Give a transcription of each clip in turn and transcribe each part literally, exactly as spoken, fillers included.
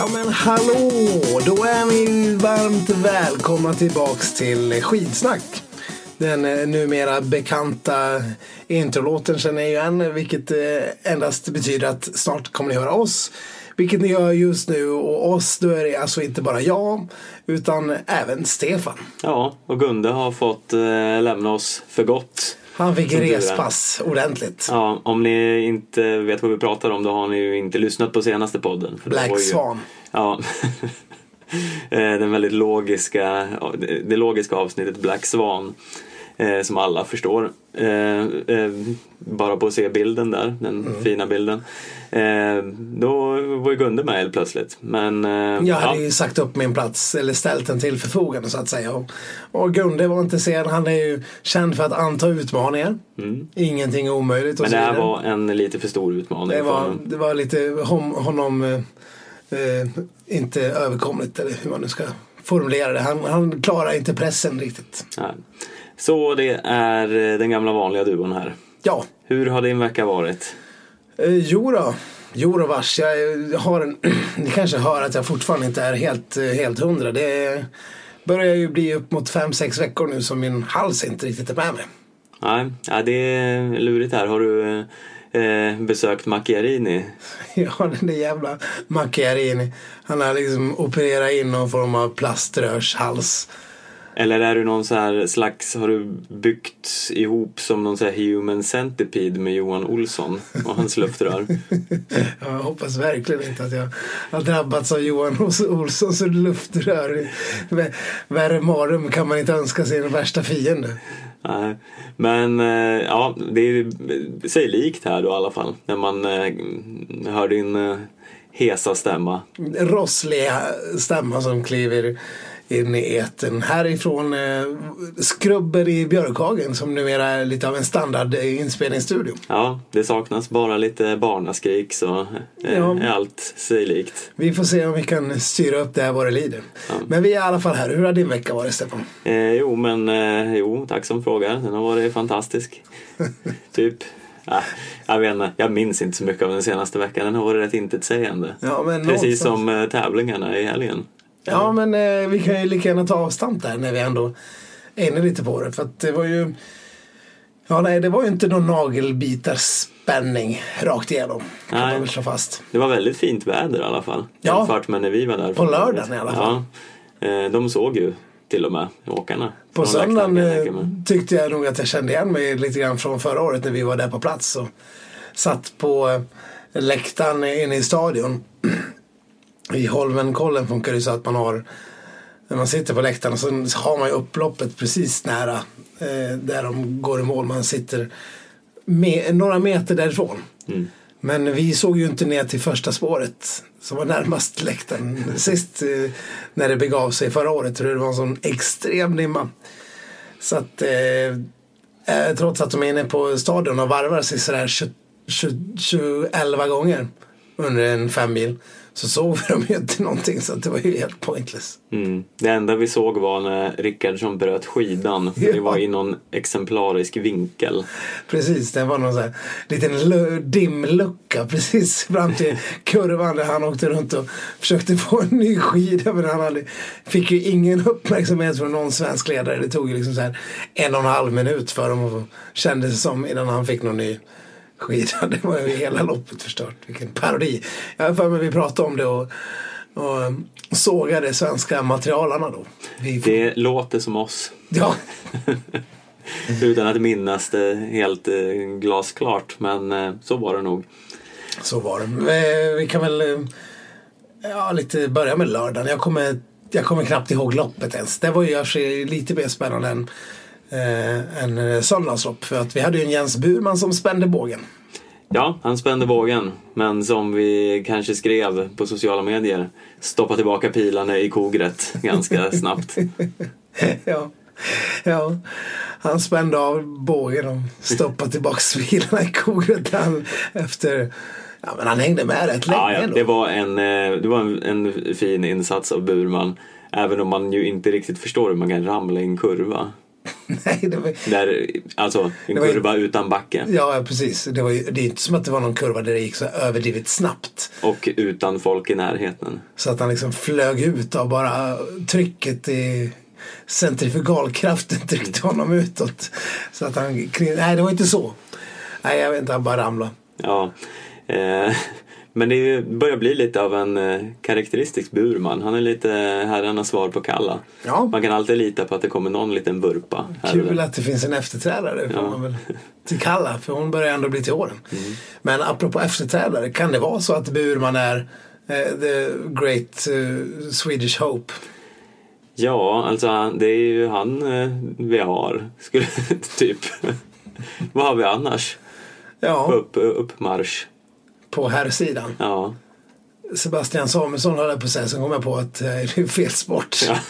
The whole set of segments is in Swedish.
Ja men hallå, då är vi varmt välkomna tillbaks till Skidsnack. Den numera bekanta introlåten känner jag igen, vilket endast betyder att snart kommer ni höra oss. Vilket ni gör just nu, och oss då är det alltså inte bara jag utan även Stefan. Ja, och Gunde har fått eh, lämna oss för gott. Han fick respass ordentligt. Ja, om ni inte vet vad vi pratar om, då har ni ju inte lyssnat på senaste podden. För Black ju, Swan. Ja, den väldigt logiska, det logiska avsnittet Black Swan. Eh, som alla förstår. Eh, eh, bara på att se bilden där, den mm. fina bilden. Eh, då var ju Gunde med helt plötsligt. Men, eh, jag hade ja. ju sagt upp min plats, eller ställt den till förfogande så att säga. Och, och Gunde var inte sen, han är ju känd för att anta utmaningar. Mm. Ingenting är omöjligt. Och men det här var en lite för stor utmaning. Det var, det var lite hon, honom eh, eh, inte överkomligt, eller hur man nu ska formulera det. Han, han klarar inte pressen riktigt. Nej. Så det är den gamla vanliga duon här. Ja. Hur har din vecka varit? Eh, jo då. Jo då vars. Jag har en, ni kanske hör att jag fortfarande inte är helt, helt hundra. Det börjar ju bli upp mot fem sex veckor nu som min hals inte riktigt är med mig. Nej, ja, det är lurigt här. Har du eh, besökt Macchiarini? Ja, den där jävla Macchiarini. Han har liksom opererat in någon form av plaströrshals. Eller är du någon så här slags, har du byggt ihop som någon så här human centipede med Johan Olsson och hans luftrör? Jag hoppas verkligen inte att jag har drabbats av Johan Olssons luftrör. Värre marum kan man inte önska sig en värsta fiende. Nej, men ja, det är sig likt här då i alla fall. När man eh, hör din eh, hesa stämma. Rossliga stämma som kliver in i eten. Härifrån eh, Skrubber i Björkhagen, som numera är lite av en standard inspelningsstudio. Ja, det saknas bara lite barnaskrik, så eh, ja. är allt sig likt. Vi får se om vi kan styra upp det här vad det lider. Ja. Men vi är i alla fall här. Hur har din vecka varit, Stefan? Eh, jo, men eh, jo, tack som frågar. Den har varit fantastisk. typ. Ja, jag vet inte, jag minns inte så mycket av den senaste veckan. Den har varit rätt intetsägande. Ja, men precis som eh, tävlingarna i helgen. Ja, men eh, vi kan ju lika gärna ta avstånd där när vi ändå är inne lite på det. För att det var ju... Ja, nej, det var ju inte någon nagelbitarspänning rakt igenom. Kan nej, man väl slå fast. Det var väldigt fint väder i alla fall. Ja, jämfört med när vi var där. På lördagen i alla fall. Ja, de såg ju till och med åkarna. På söndagen tyckte jag nog att jag kände igen mig lite grann från förra året när vi var där på plats. Och satt på läktaren inne i stadion. I Holmenkollen funkar det så att man har, när man sitter på läktaren så har man ju upploppet precis nära eh, där de går i mål. Man sitter med, några meter därifrån. Mm. Men vi såg ju inte ner till första spåret som var närmast läktaren. Sist eh, när det begav sig förra året tror jag det var en sån extrem dimma. Så att eh, trots att de är inne på stadion och varvar sig sådär tjugo, tjugo, tjugo, elva gånger under en fem mil, så såg de ju inte någonting, så det var ju helt pointless. Mm. Det enda vi såg var när Rickardsson bröt skidan. Ja. Det var i någon exemplarisk vinkel. Precis, det var någon sån här liten l- dimlucka precis fram till kurvan där han åkte runt och försökte få en ny skida, men han hade, fick ju ingen uppmärksamhet från någon svensk ledare. Det tog ju liksom så här en och en halv minut för dem och kändes det som innan han fick någon ny skida. Det var ju hela loppet förstört. Vilken parodi. Jag för mig vi pratade om det och, och sågade svenska materialarna då. Vi får... Det låter som oss. Ja. Utan att minnas det helt eh, glasklart. Men eh, så var det nog. Så var det. Vi kan väl eh, ja, lite börja med lördagen. Jag kommer, jag kommer knappt ihåg loppet ens. Det var ju kanske lite mer spännande än Eh, en söndagslopp, för att vi hade ju en Jens Burman som spände bågen. Ja, han spände bågen, men som vi kanske skrev på sociala medier, stoppa tillbaka pilarna i kogret ganska snabbt. ja. ja, han spände av bågen och stoppade tillbaka pilarna i kogret han, efter, ja men han hängde med rätt länge. Ja, ja. Det var, en, det var en, en fin insats av Burman, även om man ju inte riktigt förstår hur man kan ramla i en kurva. Nej, det var... Där, alltså en det var kurva ju... utan backe. Ja, precis. Det, var ju... det är inte som att det var någon kurva där det gick så överdrivet snabbt. Och utan folk i närheten. Så att han liksom flög ut av bara trycket i... centrifugalkraften tryckte honom utåt. Så att han... Nej, det var inte så. Nej, jag vet inte, han bara ramlade. Ja, eh, men det börjar bli lite av en eh, karaktäristisk Burman. Han är lite herrarnas svar på Kalla. Ja. Man kan alltid lita på att det kommer någon liten vurpa. Kul att det finns en efterträdare får ja. man väl, till Kalla, för hon börjar ändå bli till åren. Mm. Men apropå efterträdare, kan det vara så att Burman är eh, the great uh, Swedish hope? Ja, alltså det är ju han eh, vi har. Skulle, typ. Vad har vi annars? Ja. Upp, uppmarsch. På här sidan. Ja. Sebastian Samuelsson höll på att säga, så kom jag på att det är fel sport. Ja,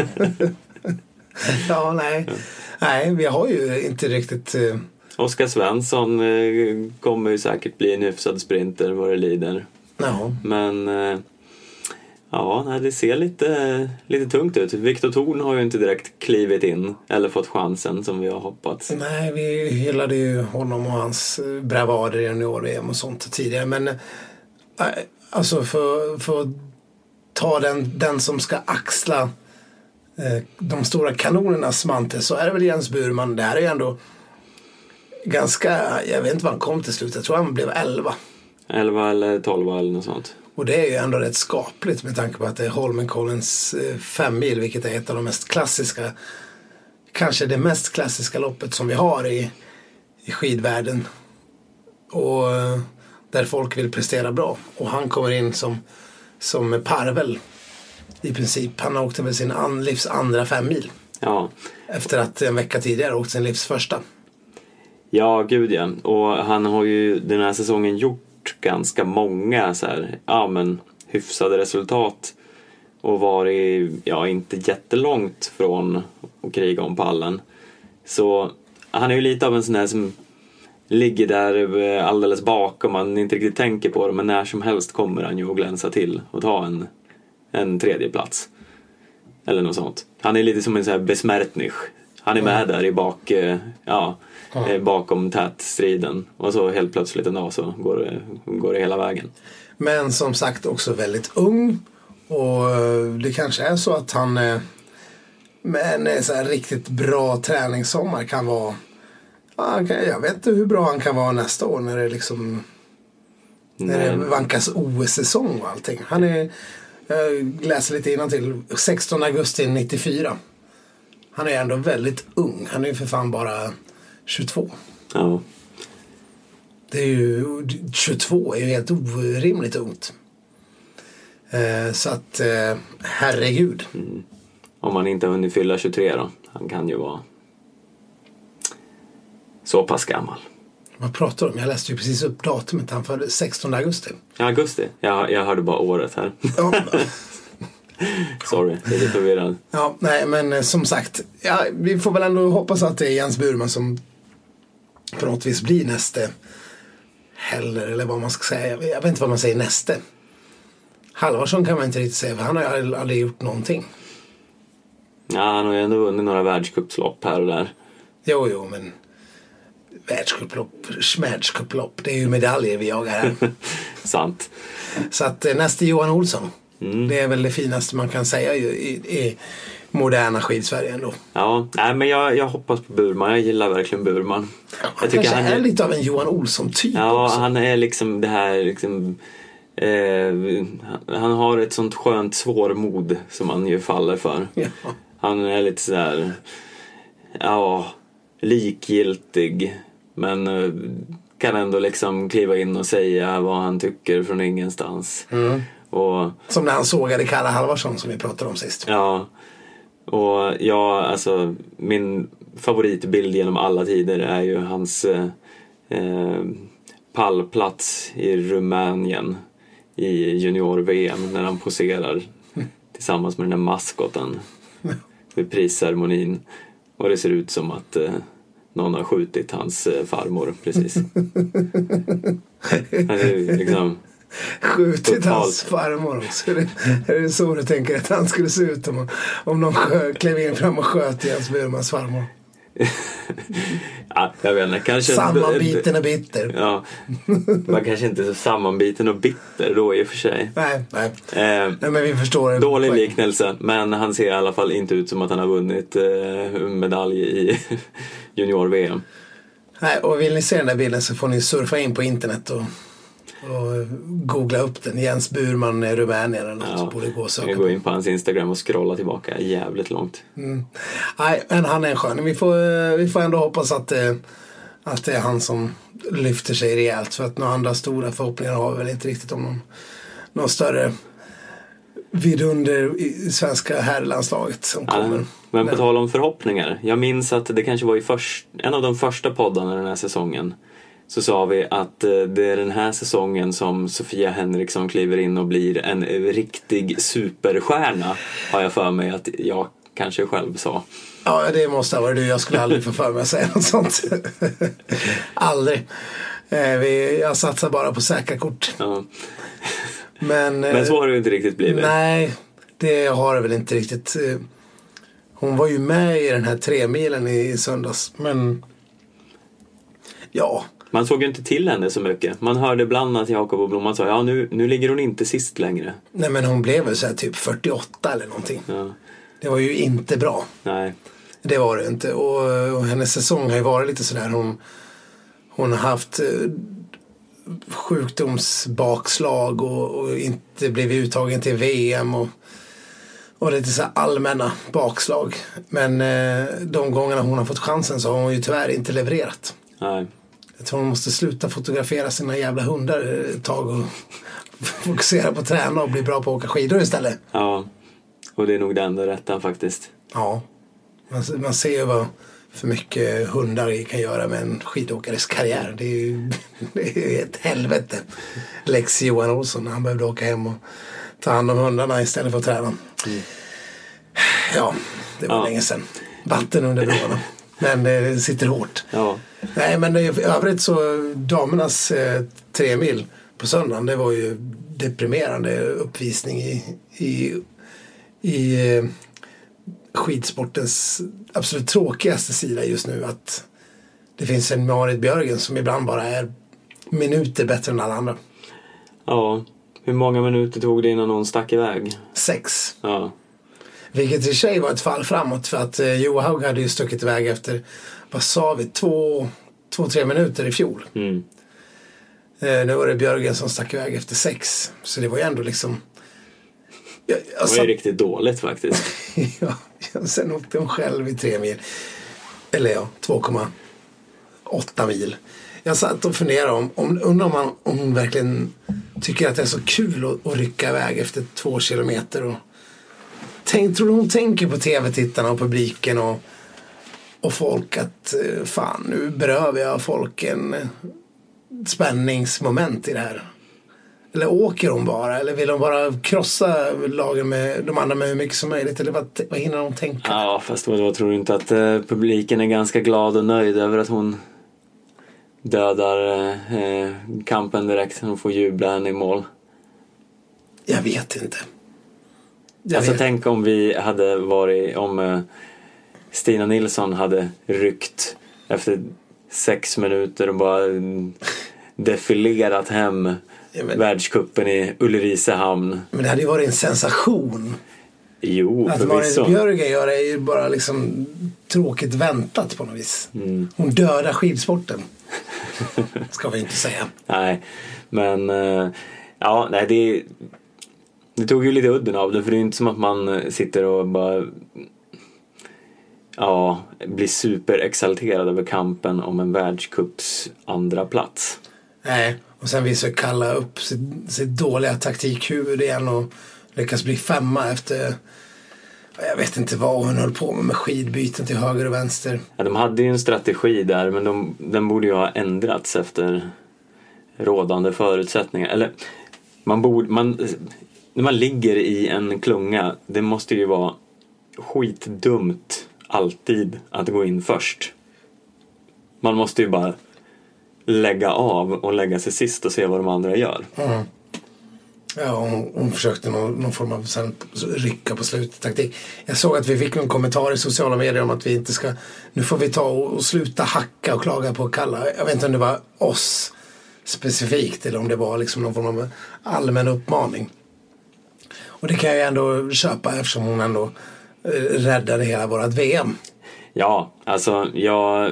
ja nej. Ja. Nej, vi har ju inte riktigt... Uh... Oskar Svensson uh, kommer ju säkert bli en hyfsad sprinter vad det lider. Ja. Men... Uh... Ja, nej, det ser lite, lite tungt ut. Viktor Thorn har ju inte direkt klivit in eller fått chansen som vi har hoppats. Nej, vi hyllade ju honom och hans bravader i junior-V M och sånt tidigare. Men äh, alltså för, för att ta den, den som ska axla äh, de stora kanonernas mantel, så är det väl Jens Burman. Det här är ju ändå ganska, jag vet inte vad han kom till slut. Jag tror han blev elva. elva eller tolv eller något sånt. Och det är ju ändå rätt skapligt med tanke på att det är Holmenkollens fem mil, vilket är ett av de mest klassiska, kanske det mest klassiska loppet som vi har i, i skidvärlden. Och där folk vill prestera bra. Och han kommer in som, som parvel i princip. Han åkte väl sin an, livs andra fem mil. Ja. Efter att en vecka tidigare åkte sin livs första. Ja, gud ja. Och han har ju den här säsongen gjort ganska många så här, ja men hyfsade resultat och varit, ja, inte jättelångt från att kriga om pallen. Så han är ju lite av en sån här som ligger där alldeles bakom, man inte riktigt tänker på det, men när som helst kommer han ju att glänsa till och ta en, en tredje plats eller något sånt. Han är lite som en sån här besmärtnig. Han är med där i bak, ja, mm. bakom tätstriden. Och så helt plötsligt en dag så går det, går det hela vägen. Men som sagt också väldigt ung. Och det kanske är så att han med en så här riktigt bra träningssommar kan vara... Jag vet inte hur bra han kan vara nästa år när det liksom... När det vankas O S-säsong och allting. Han är... Jag läser lite innan till sextonde augusti nittiofyra. Han är ändå väldigt ung. Han är ju för fan bara tjugotvå. Ja. Det är ju, tjugotvå är ju helt orimligt ungt. Eh, så att, eh, herregud. Mm. Om man inte har hunnit fylla tjugotre då. Han kan ju vara så pass gammal. Vad pratar du om? Jag läste ju precis upp datumet. Han föddes sextonde augusti. Ja, augusti. Jag, jag hörde bara året här. Ja. Sorry, det är lite förvirrad. Ja, nej, men som sagt, ja, vi får väl ändå hoppas att det är Jens Burman som på något vis blir näste heller, eller vad man ska säga. Jag vet inte vad man säger näste. Halvarsson kan man inte riktigt säga, för han har ju aldrig gjort någonting. Ja, han har ju ändå vunnit några världscupslopp här och där. Jo, jo, men världscuplopp, smärdskuplopp, det är ju medaljer vi jagar här. Sant. Så att nästa Johan Olsson. Mm. Det är väl det finaste man kan säga i, i, i moderna skidsverige ändå. Ja, nej, men jag, jag hoppas på Burman. Jag gillar verkligen Burman. Ja, han jag tycker kanske han är, är lite av en Johan Olsson-typ. Ja, också. Han är liksom det här liksom, eh, han har ett sånt skönt svårmod som han ju faller för. Ja. Han är lite så här, ja, likgiltig, men eh, kan ändå liksom kliva in och säga vad han tycker från ingenstans. Mm. Och, som när han sågade Kalle Halvarsson som vi pratade om sist. Ja, och ja, alltså min favoritbild genom alla tider är ju hans eh, pallplats i Rumänien i junior-V M när han poserar tillsammans med den där maskoten vid prisceremonin. Och det ser ut som att eh, någon har skjutit hans eh, farmor precis. Han är liksom skjutit totalt. Hans farmor också. Är det, är det så du tänker att han skulle se ut om, om någon sjö, klev in fram och sköt i hans Burmans farmor? Ja, jag vet inte. Kanske sammanbiten och bitter. Ja, man kanske inte är så sammanbiten och bitter då i och för sig. Nej, nej. Eh, nej men vi förstår. Dålig poäng. Liknelse, men han ser i alla fall inte ut som att han har vunnit eh, medalj i junior-V M. Nej, och vill ni se den där bilden så får ni surfa in på internet och, och googla upp den. Jens Burman, Rumänien eller något. Ja, borde gå och söka. Jag går in på hans Instagram och scrolla tillbaka jävligt långt. Mm. Nej, men han är en skön. Vi får, vi får ändå hoppas att, att det är han som lyfter sig rejält. För att några andra stora förhoppningar har vi väl inte riktigt om någon, någon större vidunder i svenska herrlandslaget som kommer. Ja, men på tal om förhoppningar. Jag minns att det kanske var i först, en av de första poddarna den här säsongen. Så sa vi att det är den här säsongen som Sofia Henriksson kliver in och blir en riktig superstjärna. Har jag för mig att jag kanske själv sa. Ja, det måste ha varit du. Jag skulle aldrig få för mig att säga något sånt. Aldrig. Vi, jag satsar bara på säkra kort. Ja. Men, Men så har det ju inte riktigt blivit. Nej, det har det väl inte riktigt. Hon var ju med i den här tre milen i söndags. Men ja. Man såg ju inte till henne så mycket. Man hörde ibland att Jakob och Blomman sa ja nu, nu ligger hon inte sist längre. Nej, men hon blev väl så här typ fyrtioåtta eller någonting. Ja. Det var ju inte bra. Nej. Det var det inte. Och, och hennes säsong har ju varit lite sådär. Hon, hon har haft eh, sjukdomsbakslag och, och inte blivit uttagen till V M och, och lite så här allmänna bakslag. Men eh, de gångerna hon har fått chansen så har hon ju tyvärr inte levererat. Nej. Jag tror hon måste sluta fotografera sina jävla hundar ett tag och fokusera på att träna och bli bra på att åka skidor istället. Ja, och det är nog det enda rätta faktiskt. Ja, man, man ser ju vad för mycket hundar kan göra med en skidåkares karriär. Det är ju, det är ju ett helvete. Lex Johan Olsson, han behövde åka hem och ta hand om hundarna istället för att träna. Mm. Ja, det var ja. länge sedan. Vatten under broarna. Men det sitter hårt. Ja. Nej, men i övrigt så damernas eh, tre mil på söndagen, det var ju deprimerande uppvisning i, i, i eh, skidsportens absolut tråkigaste sida just nu. Att det finns en Marit Björgen som ibland bara är minuter bättre än alla andra. Ja, hur många minuter tog det innan hon stack iväg? Sex. Ja. Vilket i sig var ett fall framåt för att eh, Johaug hade ju stuckit iväg efter, vad sa vi, två, två tre minuter i fjol. Mm. Eh, nu var det Björgen som stack iväg efter sex. Så det var ju ändå liksom... Jag, jag det var satt... ju riktigt dåligt faktiskt. ja, sen åkte hon själv i tre mil. Eller ja, två komma åtta mil. Jag satt och funderade om, om, undrar om, man, om hon verkligen tycker att det är så kul att, att rycka iväg efter två kilometer och Tänk, tror du hon tänker på tv-tittarna och publiken och, och folk att fan, nu berövar jag folk en spänningsmoment i det här? Eller åker hon bara? Eller vill hon bara krossa lagen med de andra med hur mycket som möjligt? Eller vad, vad hinner hon tänka? Ja, fast då tror du inte att eh, publiken är ganska glad och nöjd över att hon dödar eh, kampen direkt? Hon får jubla henne i mål. Jag vet inte. Jag alltså vet. Tänk om vi hade varit om uh, Stina Nilsson hade ryckt efter sex minuter och bara uh, defilerat hem ja, men, världscupen i Ulricehamn. Men det hade ju varit en sensation. Jo, att Marit Björgen gör är ju bara liksom tråkigt väntat på något vis. Mm. Hon dödar skidsporten. Ska vi inte säga. Nej, men uh, ja, nej det Det tog ju lite udden av det, för det är inte som att man sitter och bara ja, blir superexalterad över kampen om en världscups andra plats. Nej, och sen visar Kalla upp sitt, sitt dåliga taktikhuvud igen och lyckas bli femma efter, jag vet inte vad hon höll på med, med skidbyten till höger och vänster. Ja, de hade ju en strategi där, men de, den borde ju ha ändrats efter rådande förutsättningar. Eller man borde... Man, när man ligger i en klunga, det måste ju vara skitdumt alltid att gå in först. Man måste ju bara lägga av och lägga sig sist och se vad de andra gör. Mm. Ja, hon, hon försökte någon, någon form av sen rycka på slutet taktik. Jag såg att vi fick en kommentar i sociala medier om att vi inte ska, nu får vi ta och, och sluta hacka och klaga på Kalla. Jag vet inte om det var oss specifikt eller om det var liksom någon form av allmän uppmaning. Och det kan jag ju ändå köpa eftersom hon ändå räddade hela vårat V M. Ja, alltså jag...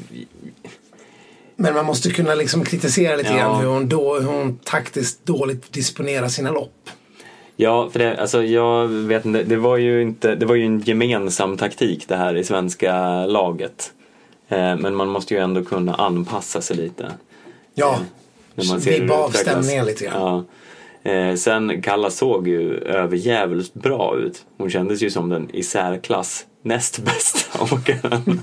Men man måste kunna liksom kritisera lite ja. grann hur hon, då, hur hon taktiskt dåligt disponerar sina lopp. Ja, för det, alltså jag vet inte, det var ju inte, det var ju en gemensam taktik det här i svenska laget. Eh, men man måste ju ändå kunna anpassa sig lite. Ja, eh, när man ser vibba av stämningen lite grann. Ja. Eh, sen Kalla såg ju överjävligt bra ut. Hon kändes ju som den i särklass näst bästa åkaren.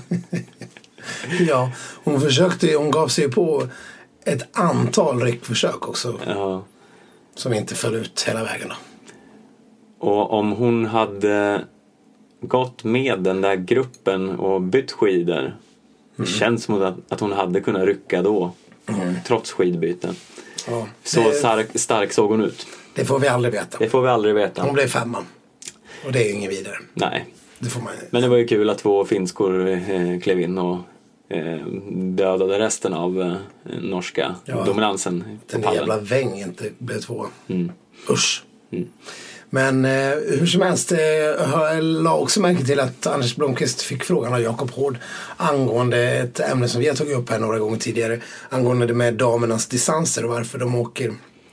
Ja, hon försökte, hon gav sig på ett antal ryckförsök också. Ja. Som inte föll ut hela vägen då. Och om hon hade gått med den där gruppen och bytt skidor, mm. det känns som att, att hon hade kunnat rycka då, mm. trots skidbyten. Ja, så det, stark, stark såg hon ut. Det får vi aldrig veta. Det får vi aldrig veta. Hon blev femman. Och det är ju ingen vidare. Nej. Det får man... Men det var ju kul att två finskor eh, klev in och eh, dödade resten av eh, norska ja, dominansen. Den jävla Weng inte blev två. Mm. Usch. Mm. Men eh, hur som helst, eh, jag la också märke till att Anders Blomqvist fick frågan av Jakob Hård angående ett ämne som vi har tagit upp här några gånger tidigare, angående det med damernas distanser och varför de åker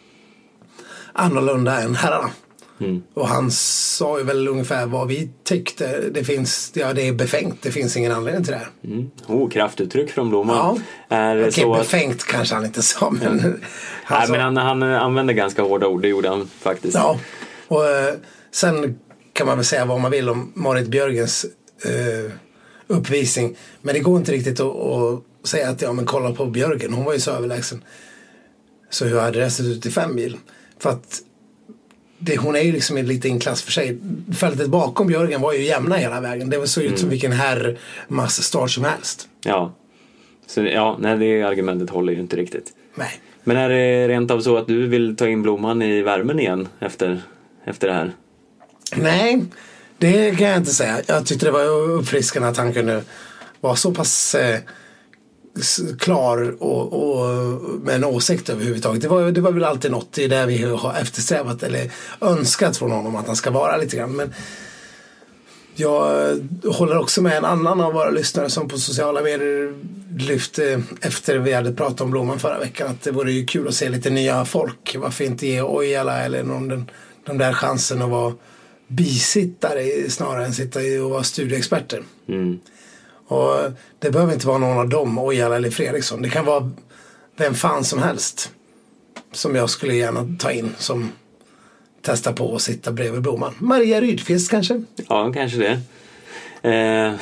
annorlunda än herrarna. Mm. Och han sa ju väl ungefär vad vi tyckte. Det finns, ja, det är befängt, det finns ingen anledning till det här. Mm. Oh, kraftuttryck från Blomman. Ja, är okej, så befängt att... kanske han inte sa, men mm. han, Nej, sa... men han, han använde ganska hårda ord, det gjorde han faktiskt. Ja, och eh, sen kan man väl säga vad man vill om Marit Björgens eh, uppvisning. Men det går inte riktigt att, att säga att ja, men kolla på Björgen, hon var ju så överlägsen. Så hur hade det sett ut i fem mil? För att det, hon är ju liksom en liten klass för sig. Fältet bakom Björgen var ju jämna hela vägen. Det var så ut mm. som vilken herr massstart som helst. Ja, så, ja nej, det argumentet håller ju inte riktigt. Nej. Men är det rent av så att du vill ta in Blomman i värmen igen efter, efter det här? Nej, det kan jag inte säga. Jag tyckte det var uppfriskande att han kunde vara så pass eh, klar och, och med en åsikt överhuvudtaget. Det var, det var väl alltid något i det vi har eftersträvat eller önskat från honom att han ska vara lite grann. Men jag håller också med en annan av våra lyssnare som på sociala medier lyfte efter vi hade pratat om Blomman förra veckan att det vore ju kul att se lite nya folk. Varför inte ge Ojala eller någon den, de där chansen att vara bisittare snarare än sitta och vara studieexperter. Mm. Och det behöver inte vara någon av dem, Ojala eller Fredriksson. Det kan vara vem fan som helst som jag skulle gärna ta in som testa på att sitta bredvid Blomman. Maria Rydqvist kanske? Ja, kanske det. Eh.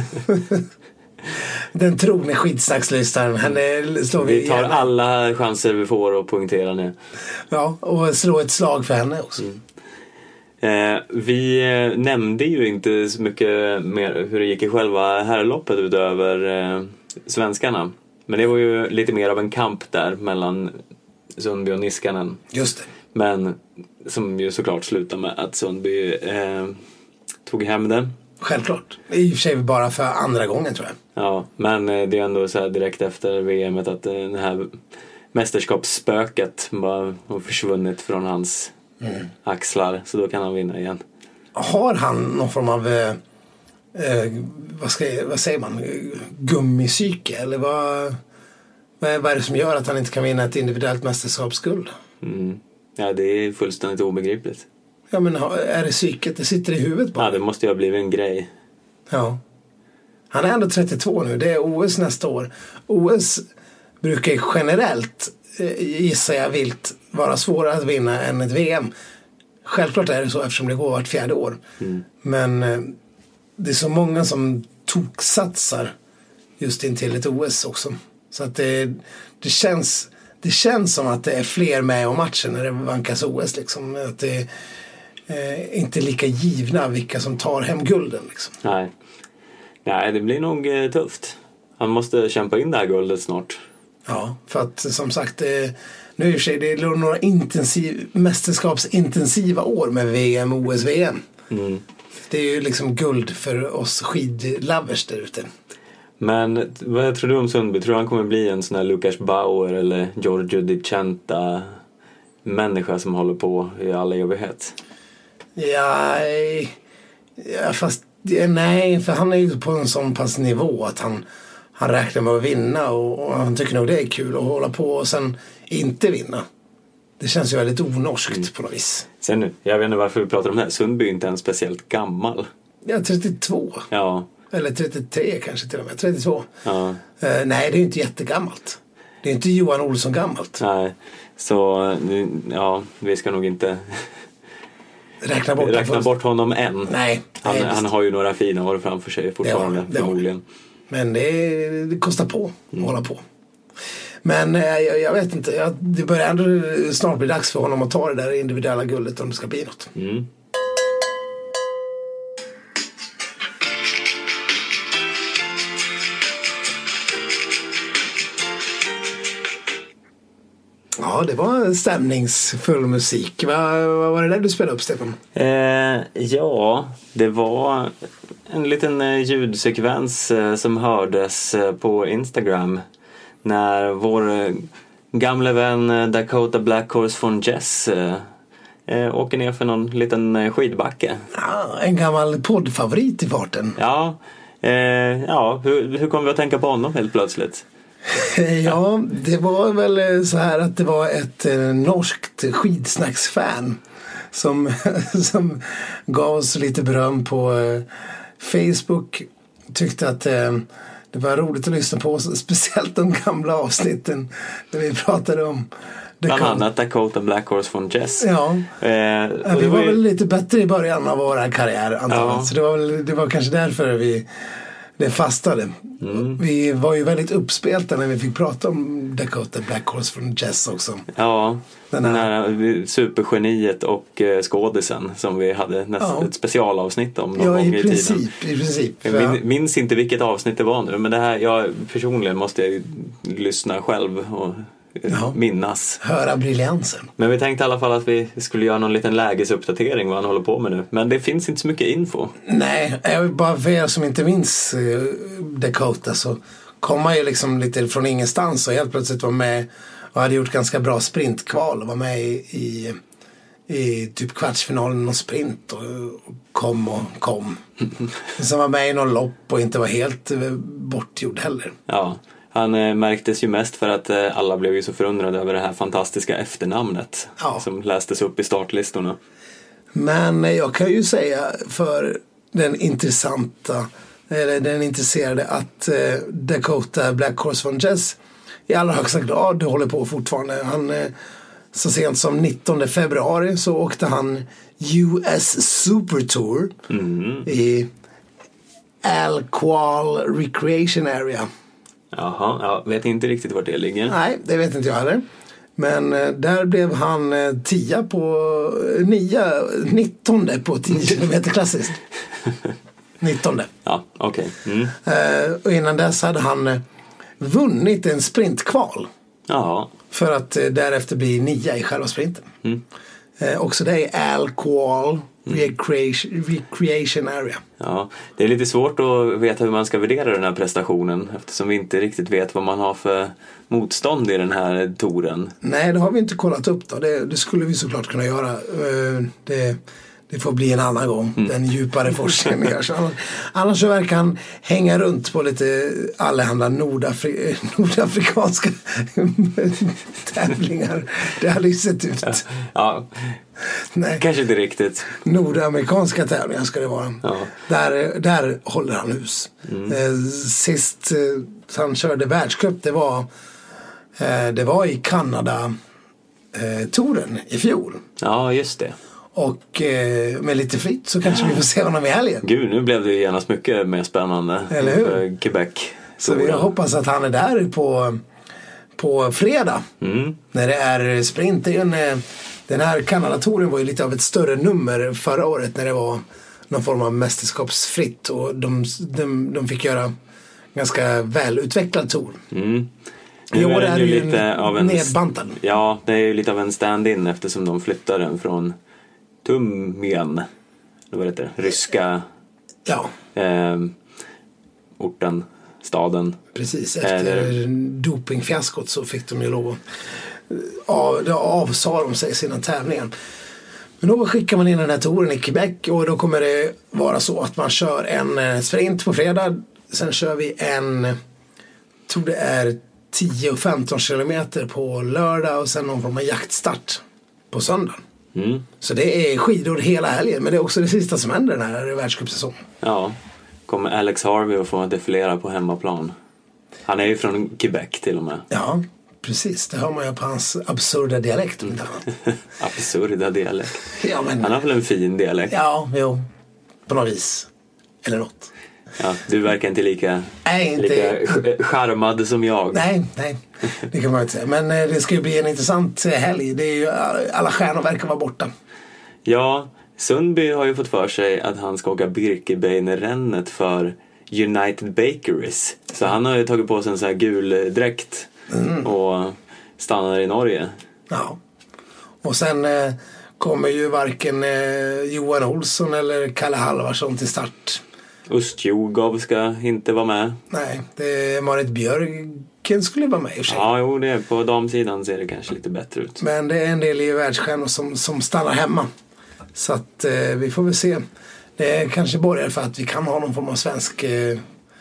Den trogne skidsaxlystaren. Henne slår vi Vi tar gärna. alla chanser vi får och poängtera ner. Ja, och slå ett slag för henne också. Mm. Eh, vi eh, nämnde ju inte så mycket mer hur det gick i själva herrloppet utöver eh, svenskarna. Men det var ju lite mer av en kamp där mellan Sundby och Niskanen. Just det. Men som ju såklart slutade med att Sundby eh, tog hem det. Självklart. I och för sig bara för andra gången tror jag. Ja, men eh, det är ändå så här direkt efter V M-et att eh, det här mästerskapsspöket bara har försvunnit från hans mm. axlar. Så då kan han vinna igen. Har han någon form av eh, eh, vad, ska, vad säger man? Gummisyke? Eller vad, vad är det som gör att han inte kan vinna ett individuellt mästerskapsguld? Mm. Ja, det är fullständigt obegripligt. Ja, men är det psyket? Det sitter i huvudet bara. Ja, det måste ju ha blivit en grej. Ja. Han är ändå trettiotvå nu. Det är O S nästa år. O S brukar ju generellt, gissar jag vilt, vara svårare att vinna än ett V M. Självklart är det så eftersom det går vart fjärde år. Mm. Men det är så många som toksatsar just in till ett O S också. Så att det, det känns... Det känns som att det är fler med om matchen när det vankas O S liksom. Att det är eh, inte lika givna vilka som tar hem gulden liksom. Nej. Nej, det blir nog eh, tufft. Han måste kämpa in det här guldet snart. Ja, för att som sagt eh, Nu är det, det är några intensiv, mästerskapsintensiva år med V M, O S, V M. Mm. Det är ju liksom guld för oss skidlovers där ute. Men vad tror du om Sundby? Tror du han kommer bli en sån här Lukas Bauer eller Giorgio Di Centa människa som håller på i all evighet? Ja, ja fast nej, för han är ju på en sån pass nivå att han, han räknar med att vinna och, och han tycker nog det är kul att hålla på och sen inte vinna. Det känns ju väldigt onorskt mm. på något vis. Sen nu, jag vet inte varför vi pratar om det här. Sundby är inte ens speciellt gammal. Ja, trettiotvå. Ja. Eller trettiotre kanske till och med. trettiotvå. Ja. Uh, nej, det är ju inte jättegammalt. Det är inte Johan Olsson gammalt. Nej, så ja, vi ska nog inte räkna bort, räkna bort honom än. Nej, han, nej, han har ju några fina år framför sig fortfarande, det har, förmodligen. Men det, det kostar på att mm. hålla på. Men jag, jag vet inte, jag, det börjar ändå snart bli dags för honom att ta det där individuella guldet om det ska bli något. Mm. Ja, det var stämningsfull musik. Vad, vad var det där du spelade upp, Stefan? Eh, ja, det var en liten eh, ljudsekvens eh, som hördes eh, på Instagram när vår eh, gamla vän eh, Dakota Black Horse von Jess eh, eh, åker ner för någon liten eh, skidbacke. Ja, en gammal poddfavorit i farten. Ja, eh, ja hur, hur kom vi att tänka på honom helt plötsligt? Ja, det var väl så här att det var ett eh, norskt skidsnacksfan som, som gav oss lite beröm på eh, Facebook. Tyckte att eh, det var roligt att lyssna på oss, speciellt de gamla avsnitten där vi pratade om bland annat Dakota Black Horse von Jess. Ja, eh, ja vi var, var ju... väl lite bättre i början av vår karriär antagligen. Ja. Så det var, väl, det var kanske därför vi det fastade. Mm. Vi var ju väldigt uppspelta när vi fick prata om Dakota Black Horse von Jess också. Ja, den här, den här supergeniet och eh, skådisen som vi hade nästan ja. ett specialavsnitt om någon ja, gång i, i princip, tiden. i princip. Jag min, minns inte vilket avsnitt det var nu, men det här, jag personligen måste jag lyssna själv och ja. minnas. Höra briljansen. Men vi tänkte i alla fall att vi skulle göra någon liten lägesuppdatering vad han håller på med nu. Men det finns inte så mycket info. Nej, bara för er som inte minns uh, Dakota så kom han ju liksom lite från ingenstans och helt plötsligt var med och hade gjort ganska bra sprintkval och var med i, i, i typ kvartsfinalen och sprint och, och kom och kom. Som var med i någon lopp och inte var helt uh, bortgjord heller. Ja. Han eh, märktes ju mest för att eh, alla blev ju så förundrade över det här fantastiska efternamnet ja. som lästes upp i startlistorna. Men eh, jag kan ju säga för den intressanta eller den intresserade att eh, Dakota Black Horse von Jess i allra högsta grad håller på fortfarande. Han, eh, så sent som nittonde februari så åkte han U S Super Tour mm. i Alqual Recreation Area. Jaha, jag vet inte riktigt var det ligger. Nej, det vet inte jag heller. Men eh, där blev han eh, tia på eh, nia, nittonde på tio kilometer klassiskt. nittonde. Ja, okej. Okay. Mm. Eh, och innan dess hade han eh, vunnit en sprintkval. Ja. För att eh, därefter bli nia i själva sprinten. Mm. Eh, också det är Alqual Recreation, Recreation Area. Ja, det är lite svårt att veta hur man ska värdera den här prestationen eftersom vi inte riktigt vet vad man har för motstånd i den här touren. Nej, det har vi inte kollat upp då. Det, det skulle vi såklart kunna göra. Det, det får bli en annan gång. Mm. Den djupare forskningen görs. Annars, annars så verkar han hänga runt på lite allehanda nordafri, nordafrikanska tävlingar. Det hade ju sett ut. Ja, ja. Nej. Kanske inte riktigt. Nordamerikanska tävlingar ska det vara. Ja. Där, där håller han hus. Mm. Sist han körde världscup det var det var i Kanada touren i fjol. Ja, just det. Och eh, med lite fritt så kanske vi får se honom i helgen. Gud, nu blev det genast mycket mer spännande. Eller hur? För Quebec. Så vi hoppas att han är där på, på fredag. Mm. När det är sprint. Det är en, den här Kanada-touren var ju lite av ett större nummer förra året när det var någon form av mästerskapsfritt. Och de, de, de fick göra ganska välutvecklad tour. Mm. Nu Jo, är det den är ju ju lite av en nedbantad. Ja, det är ju lite av en stand-in eftersom de flyttar den från Tumien, eller vad heter det? Ryska Ja, eh, orten, staden. precis. Efter Eller- dopingfiaskot så fick de ju lov att av, då avsade de sig sina tävlingar. Men då skickar man in den här touren i Quebec och då kommer det vara så att man kör en eh, sprint på fredag. Sen kör vi en, tror det är tio och femton kilometer på lördag och sen någon form av jaktstart på söndag. Mm. Så det är skidor hela helgen, men det är också det sista som händer den här världscupsäsongen. Ja, kommer Alex Harvey att få defilera på hemmaplan. Han är ju från Quebec till och med. Ja, precis. Det hör man ju på hans absurda dialekt. Mm. Absurda dialekt. Ja, men, Han har väl en fin dialekt? ja, jo. På något vis. Eller något. Ja, du verkar inte lika, Nej, inte... lika charmad som jag. Nej, nej. Det kan man inte säga. Men eh, det ska ju bli en intressant helg. Det är ju, alla stjärnor verkar vara borta. Ja, Sundby har ju fått för sig att han ska åka Birkebeiner-rännet för United Bakeries. Så han har ju tagit på sig en sån här gul dräkt Mm. och stannar i Norge. Ja. Och sen eh, kommer ju varken eh, Johan Olsson eller Kalle Halvarsson till start. Ustjugov ska inte vara med. Nej, det är Marit Björken skulle vara med i och för sig. Ja, jo, det är, på damsidan ser det kanske lite bättre ut. Men det är en del i världsstjärnor som, som stannar hemma. Så att eh, vi får väl se. Det är kanske borgar för att vi kan ha någon form av svensk eh,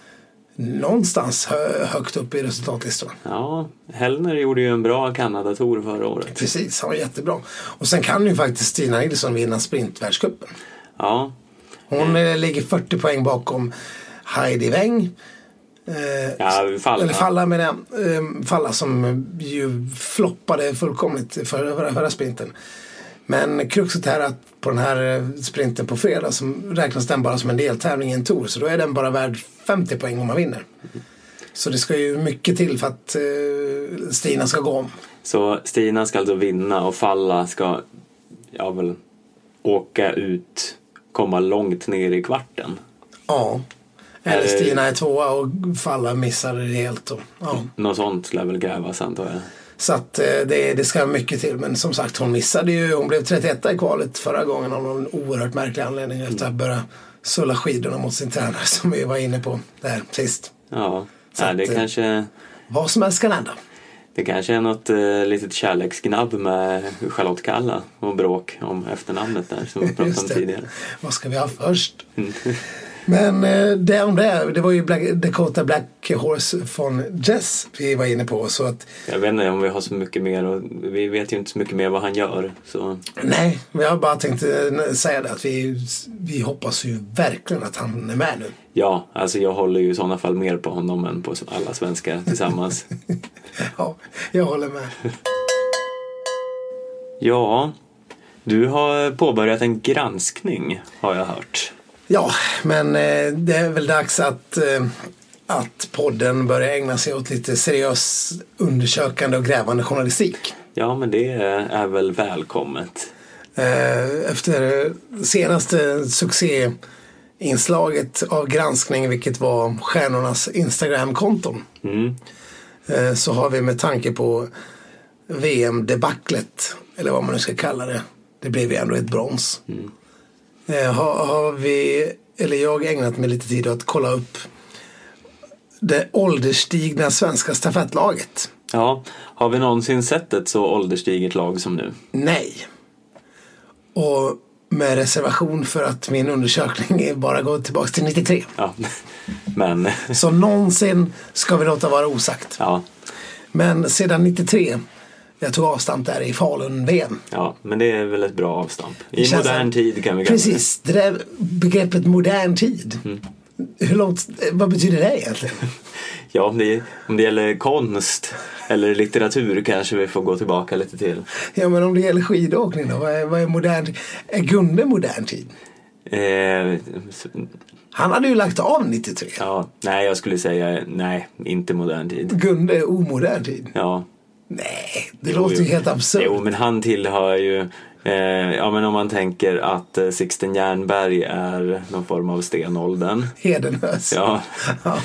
någonstans hö, högt upp i resultatlistorna. Ja, Hellner gjorde ju en bra Kanada-tour förra året. Precis, han var jättebra. Och sen kan ju faktiskt Stina Nilsson vinna sprintvärldscupen. Ja, Hon eh, ligger fyrtio poäng bakom Heidi Weng. Eh, ja Falla. Eller Falla med det. Eh, Falla som ju floppade fullkomligt förra, förra, förra sprinten. Men kruxet här är att på den här sprinten på fredag som räknas den bara som en deltävling i en tour. Så då är den bara värd femtio poäng om man vinner. Så det ska ju mycket till för att eh, Stina ska gå om. Så Stina ska alltså vinna och Falla ska ja, väl, åka ut, komma långt ner i kvarten. Ja. Eller Eller- Stina är tvåa och Falla missar det helt. Och, ja. Något sånt lär väl grävas, antar jag. Så att eh, det, det ska mycket till. Men som sagt, hon missade ju. Hon blev trettioett i kvalet förra gången av någon oerhört märklig anledning. Efter att börja sulla skidorna mot sin tränare som vi var inne på där sist. Ja, Så ja att, det eh, kanske... Vad som helst kan hända. Det kanske är något eh, litet kärleksgnabb med Charlotte Kalla och bråk om efternamnet där som vi pratade om Just det. tidigare. Vad ska vi ha först? Men eh, det om det, det var ju Black, Dakota Black Horse från Jess vi var inne på. Så att, Jag vet inte om vi har så mycket mer och vi vet ju inte så mycket mer vad han gör. Så. nej, vi har bara tänkt eh, säga det att vi, vi hoppas ju verkligen att han är med nu. Ja, alltså jag håller ju i sådana fall mer på honom än på alla svenskar tillsammans. Ja, jag håller med. Ja, du har påbörjat en granskning har jag hört. Ja, men eh, det är väl dags att, eh, att podden börjar ägna sig åt lite seriös undersökande och grävande journalistik. Ja, men det är väl välkommet. Eh, efter senaste succéinslaget av granskning, vilket var stjärnornas Instagram-konton, Mm. eh, så har vi med tanke på V M-debaclet, eller vad man nu ska kalla det, det blev ju ändå ett brons. Mm. Eh, har, har vi, eller jag ägnat mig lite tid åt att kolla upp det ålderstigna svenska stafettlaget. Ja, har vi någonsin sett ett så ålderstiget lag som nu? Nej. Och med reservation för att min undersökning är bara går tillbaka till nittiotre. Ja, men Så någonsin ska vi låta vara osagt. ja, Men sedan nittiotre, jag tog avstamp där i Falun-V M. ja, men det är väl ett bra avstamp. I Det känns modern som- tid kan vi kalla det. Precis, det där begreppet modern tid. Mm. Hur långt, vad betyder det egentligen? Ja, om det, om det gäller konst eller litteratur kanske vi får gå tillbaka lite till. Ja, men om det gäller skidåkning då, vad är, vad är modern? Är Gunde modern tid? Eh, s- Han hade ju lagt av nittiotre. ja, nej, jag skulle säga nej, inte modern tid. Gunde är omodern tid. Ja. Nej, det Jo, låter ju jo. helt absurt. Jo, men han tillhör ju eh, ja, men om man tänker att eh, Sixten Jernberg är någon form av stenåldern. Hedenhös. Ja. Ja.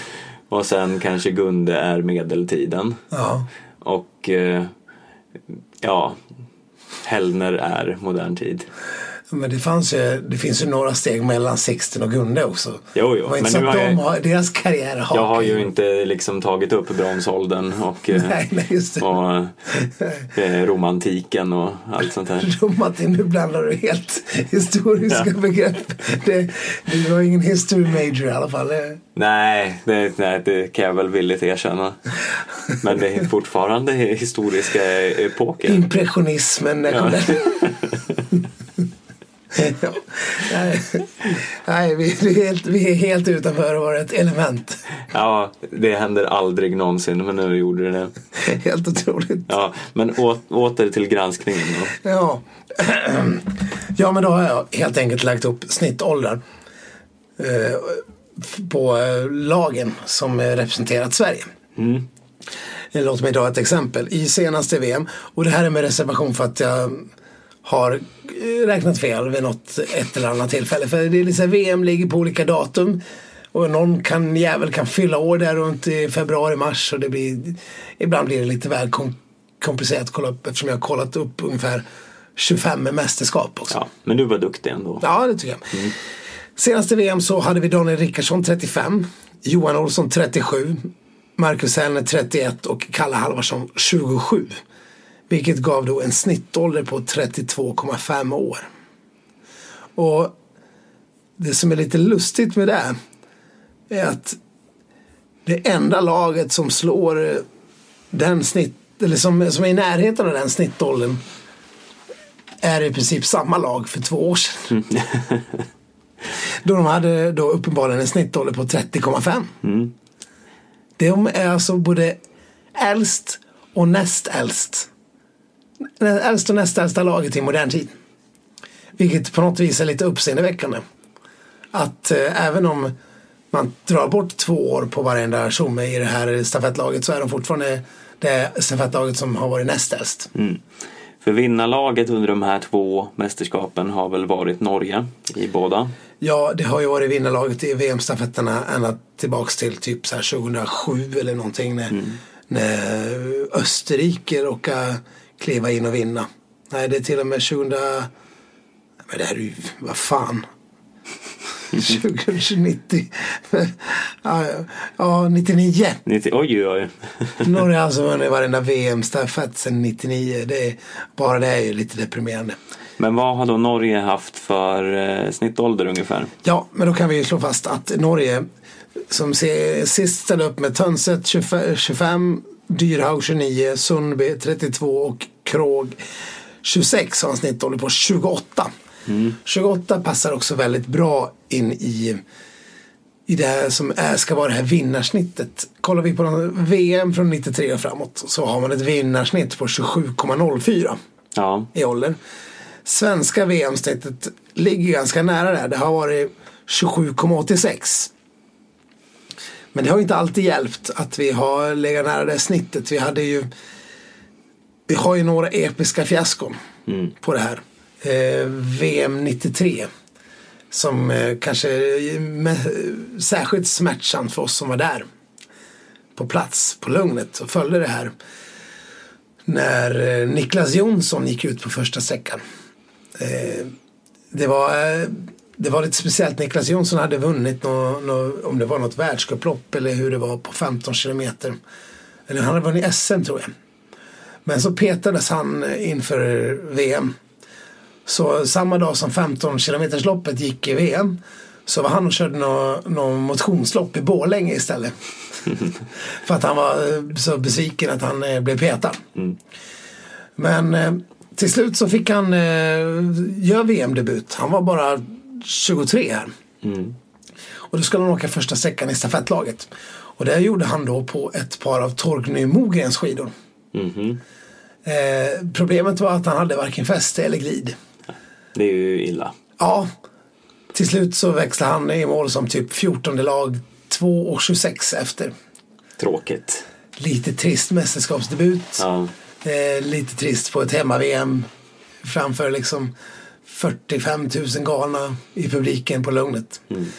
Och sen kanske Gunde är medeltiden. Ja. Och eh, ja, Hellner är modern tid. Men det, fanns ju, det finns ju några steg mellan Sixten och Gunde också. Jo, jo. Men nu har de jag, har, deras karriär har jag har ju inte liksom tagit upp bronsåldern och, nej, nej, just det. och eh, romantiken och allt sånt här. Romantik, nu blandar du helt historiska ja. begrepp. Det, det var ingen history major i alla fall. Nej det, nej, det kan jag väl villigt erkänna. Men det är fortfarande historiska epoker. Impressionismen. Ja. Ja. Nej, nej vi, vi, är helt, vi är helt utanför att vara ett element. Ja, det händer aldrig någonsin, men nu gjorde det. Helt otroligt. Ja, men å, åter till granskningen då. Ja. Ja, men då har jag helt enkelt lagt upp snittåldrar eh, på eh, lagen som representerat Sverige. Mm. Låt mig dra ett exempel. I senaste V M, och det här är med reservation för att jag har räknat fel vid något ett eller annat tillfälle. För det är liksom, V M ligger på olika datum och någon kan, jävel kan fylla år där runt i februari, mars, och det blir, ibland blir det lite väl kom, komplicerat att kolla upp, eftersom jag har kollat upp ungefär tjugofem mästerskap också. Ja, men du var duktig ändå. Ja, det tycker jag. Mm. Senaste V M så hade vi Daniel Rickardsson trettiofem, Johan Olsson trettiosju, Marcus Hellner trettioett och Kalle Halvarsson tjugosju. Vilket gav då en snittålder på trettiotvå komma fem år. Och det som är lite lustigt med det är att det enda laget som slår den snitt, eller som, som är i närheten av den snittåldern är i princip samma lag för två år sedan. Mm. Då de hade då uppenbarligen en snittålder på trettio komma fem. Mm. De är alltså både äldst och näst äldst. Äldst och näst äldsta laget i modern tid. Vilket på något vis är lite uppseendeväckande. Att eh, även om man drar bort två år på varenda tjomme i det här stafettlaget, så är de fortfarande det stafettlaget som har varit näst äldst. Mm. För vinnarlaget under de här två mästerskapen har väl varit Norge i båda? Ja, det har ju varit vinnarlaget i V M-stafetterna ända tillbaks till typ så här tjugohundrasju eller någonting när, mm. när Österrike råkade kliva in och vinna. Nej, det är till och med tjugohundra... Men det här är ju... Vad fan? tjugohundranittio. Ja, ja, nittionio. nittio, oj, oj. Norge har alltså vunnit varenda V M-stafett sedan nittionio. Det är, bara det är ju lite deprimerande. Men vad har då Norge haft för eh, snittålder ungefär? Ja, men då kan vi ju slå fast att Norge, som ser, sist ställde upp med Tönset tjugofem, Dyrhaug tjugonio, Sundby trettiotvå och Krog tjugosex, har en snittålder på tjugoåtta. Mm. tjugoåtta passar också väldigt bra in i, i det här som är, ska vara det här vinnarsnittet. Kollar vi på V M från nittiotre och framåt, så har man ett vinnarsnitt på tjugosju komma noll fyra ja. i ålder. Svenska V M-snittet ligger ganska nära där. Det har varit tjugosju komma åttiosex. Men det har inte alltid hjälpt att vi har legat nära det snittet. Vi hade ju vi har ju några episka fiaskon mm. på det här. Eh, V M nittiotre som eh, kanske är med, särskilt smärtsamt för oss som var där på plats på Lugnet och följde det här. När eh, Niklas Jonsson gick ut på första sträckan. Eh, det var eh, det var lite speciellt. Niklas Jonsson hade vunnit nå, nå, om det var något världscuplopp eller hur det var på femton kilometer. Eller han hade vunnit S M, tror jag. Men så petades han inför V M. Så samma dag som femton kilometersloppet gick i V M, så var han och körde något nå motionslopp i Borlänge istället. För att han var så besviken att han eh, blev petad. Mm. Men eh, till slut så fick han eh, göra V M-debut. Han var bara tjugotre här. Mm. Och då skulle han åka första sträckan i stafettlaget. Och det gjorde han då på ett par av Torgny Mogrens skidor. Mm-hmm. Eh, problemet var att han hade varken fäste eller glid. Det är ju illa. Ja. Till slut så växlade han i mål som typ fjortonde lag, två och tjugosex efter. Tråkigt. Lite trist mästerskapsdebut. Ja. Eh, lite trist på ett hemma-V M framför liksom fyrtiofem tusen galna i publiken på Lugnet. Mm.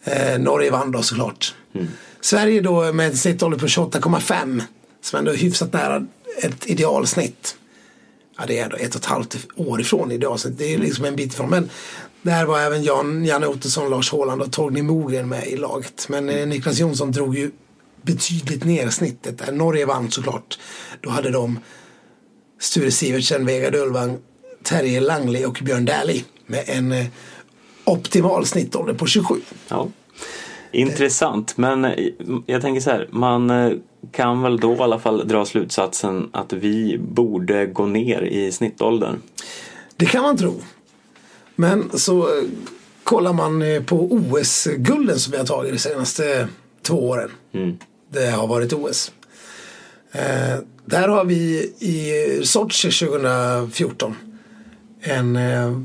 Eh, Norge vann då såklart. Mm. Sverige då med ett snittålder på tjugoåtta komma fem, som ändå är hyfsat nära ett idealsnitt. Ja, det är ändå ett och ett halvt år ifrån idealsnitt. Det är liksom en bit ifrån. Men där var även Jan, Janne Ottosson, Lars Håland och Torgny Mogren med i laget. Men eh, Niklas Jonsson drog ju betydligt ner snittet där. Norge vann såklart. Då hade de Sture Sivertsen, Vegard Ulvang, Terje Langley och Björn Dählie med en eh, optimal snittålder på tjugosju. Ja. Intressant, men jag tänker så här, man kan väl då i alla fall dra slutsatsen att vi borde gå ner i snittåldern. Det kan man tro. Men så kollar man på O S-gulden som vi har tagit de senaste två åren. Mm. Det har varit O S. Eh, där har vi i Sochi tjugohundrafjorton en eh,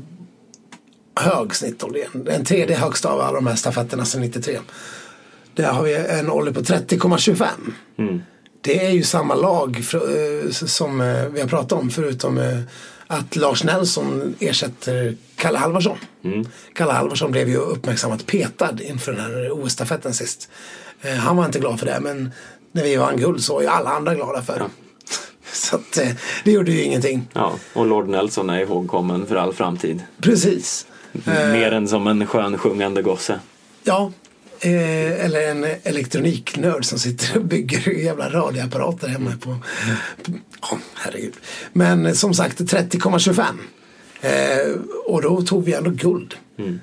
hög snittålder. En tredje högsta av alla de här stafetterna sedan nittiotre. Där har vi en ålder på trettio komma tjugofem. Mm. Det är ju samma lag för, som vi har pratat om, förutom att Lars Nelson ersätter Kalle Halvarsson. Mm. Kalle Halvarsson blev ju uppmärksammat petad inför den här O S-stafetten sist. Han var inte glad för det, men när vi vann guld så var ju alla andra glada för det. Ja. Så att, det gjorde ju ingenting. Ja, och Lord Nelson är ihågkommen för all framtid. Precis. Mer än som en skön sjungande gosse. Ja, eh, eller en elektroniknörd som sitter och bygger jävla radioapparater hemma på... på ja, herregud. Men som sagt, trettio komma tjugofem. Eh, och då tog vi ändå guld. Mm.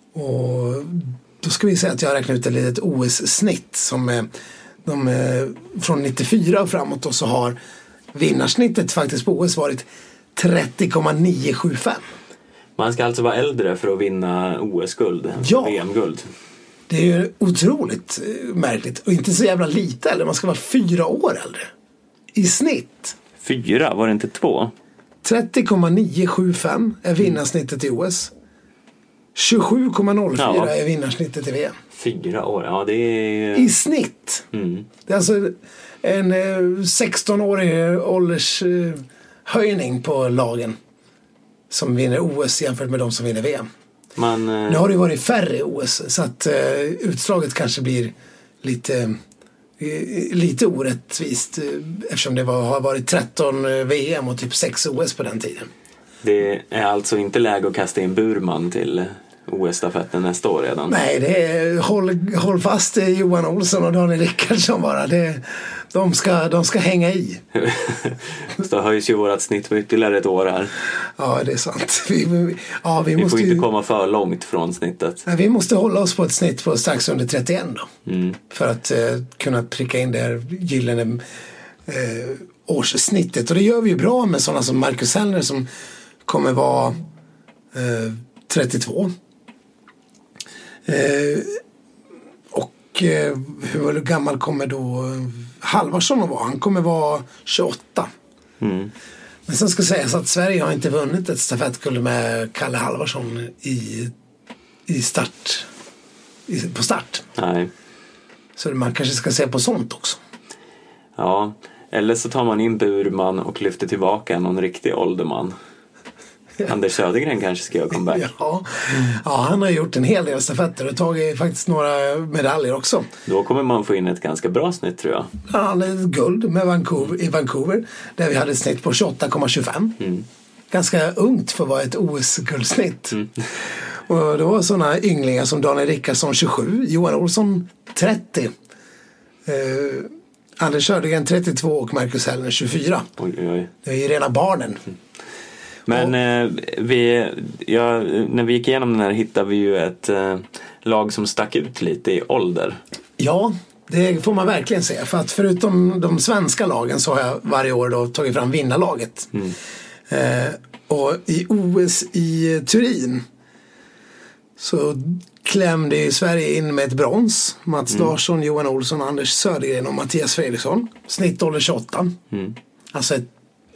Och då ska vi säga att jag räknar ut ett litet O S-snitt som eh, de, eh, från nittiofyra och framåt då, så har vinnarsnittet faktiskt på O S varit trettio komma niohundrasjuttiofem. Man ska alltså vara äldre för att vinna O S-guld, ja. V M-guld. Det är ju otroligt märkligt. Och inte så jävla lite äldre. Man ska vara fyra år äldre. I snitt. Fyra? Var det inte två? trettio komma niohundrasjuttiofem är vinnarsnittet i O S. tjugosju komma noll fyra ja. Är vinnarsnittet i V M. Fyra år, ja det är... I snitt. Mm. Det är alltså en eh, sexton-årig åldershöjning på lagen som vinner O S jämfört med de som vinner V M. Man, eh... Nu har det ju varit färre O S, så att eh, utslaget kanske blir lite eh, lite orättvist, eh, eftersom det var, har varit tretton V M och typ sex O S på den tiden. Det är alltså inte läge att kasta in Burman till O S-stafetten nästa år redan? Nej, det är, håll, håll fast Johan Olsson och Daniel Rickardsson bara. Det, de, ska, de ska hänga i. Så höjs ju vårat snitt på ytterligare ett år här. Ja, det är sant. Vi, vi, ja, vi, vi måste får inte ju, komma för långt från snittet. Nej, vi måste hålla oss på ett snitt på strax under trettioen då. Mm. För att eh, kunna pricka in det här gyllene eh, årssnittet. Och det gör vi ju bra med sådana som Marcus Hellner som kommer vara eh, trettiotvå. Eh, och eh, hur gammal kommer då Halvarsson att vara? Han kommer vara tjugoåtta. Mm. Men sen ska sägas att Sverige har inte vunnit ett stafettguld med Kalle Halvarsson i, i start i, på start. Nej. Så man kanske ska se på sånt också. Ja, eller så tar man in Burman och lyfter tillbaka någon riktig ålderman. Anders Södergren kanske ska göra comeback. Ja. Ja, han har gjort en hel del stafetter och tagit faktiskt några medaljer också. Då kommer man få in ett ganska bra snitt, tror jag. Ja, han hade guld med Vancouver, i Vancouver där vi hade ett snitt på tjugoåtta komma tjugofem. Mm. Ganska ungt för att vara ett O S-guldsnitt. Mm. Och då var sådana ynglingar som Daniel Rickardsson tjugosju, Johan Olsson trettio, eh, Anders Södergren trettiotvå och Marcus Hellner tjugofyra. Oj, oj, oj. Det är ju rena barnen. Mm. Men eh, vi, ja, när vi gick igenom den här hittade vi ju ett eh, lag som stack ut lite i ålder. Ja, det får man verkligen säga. För att förutom de svenska lagen så har jag varje år då tagit fram vinnarlaget. Mm. Eh, och i O S i Turin så klämde ju Sverige in med ett brons. Mats mm. Larsson, Johan Olsson, Anders Södergren och Mattias Fredriksson. Snittålder tjugoåtta. Mm. Alltså ett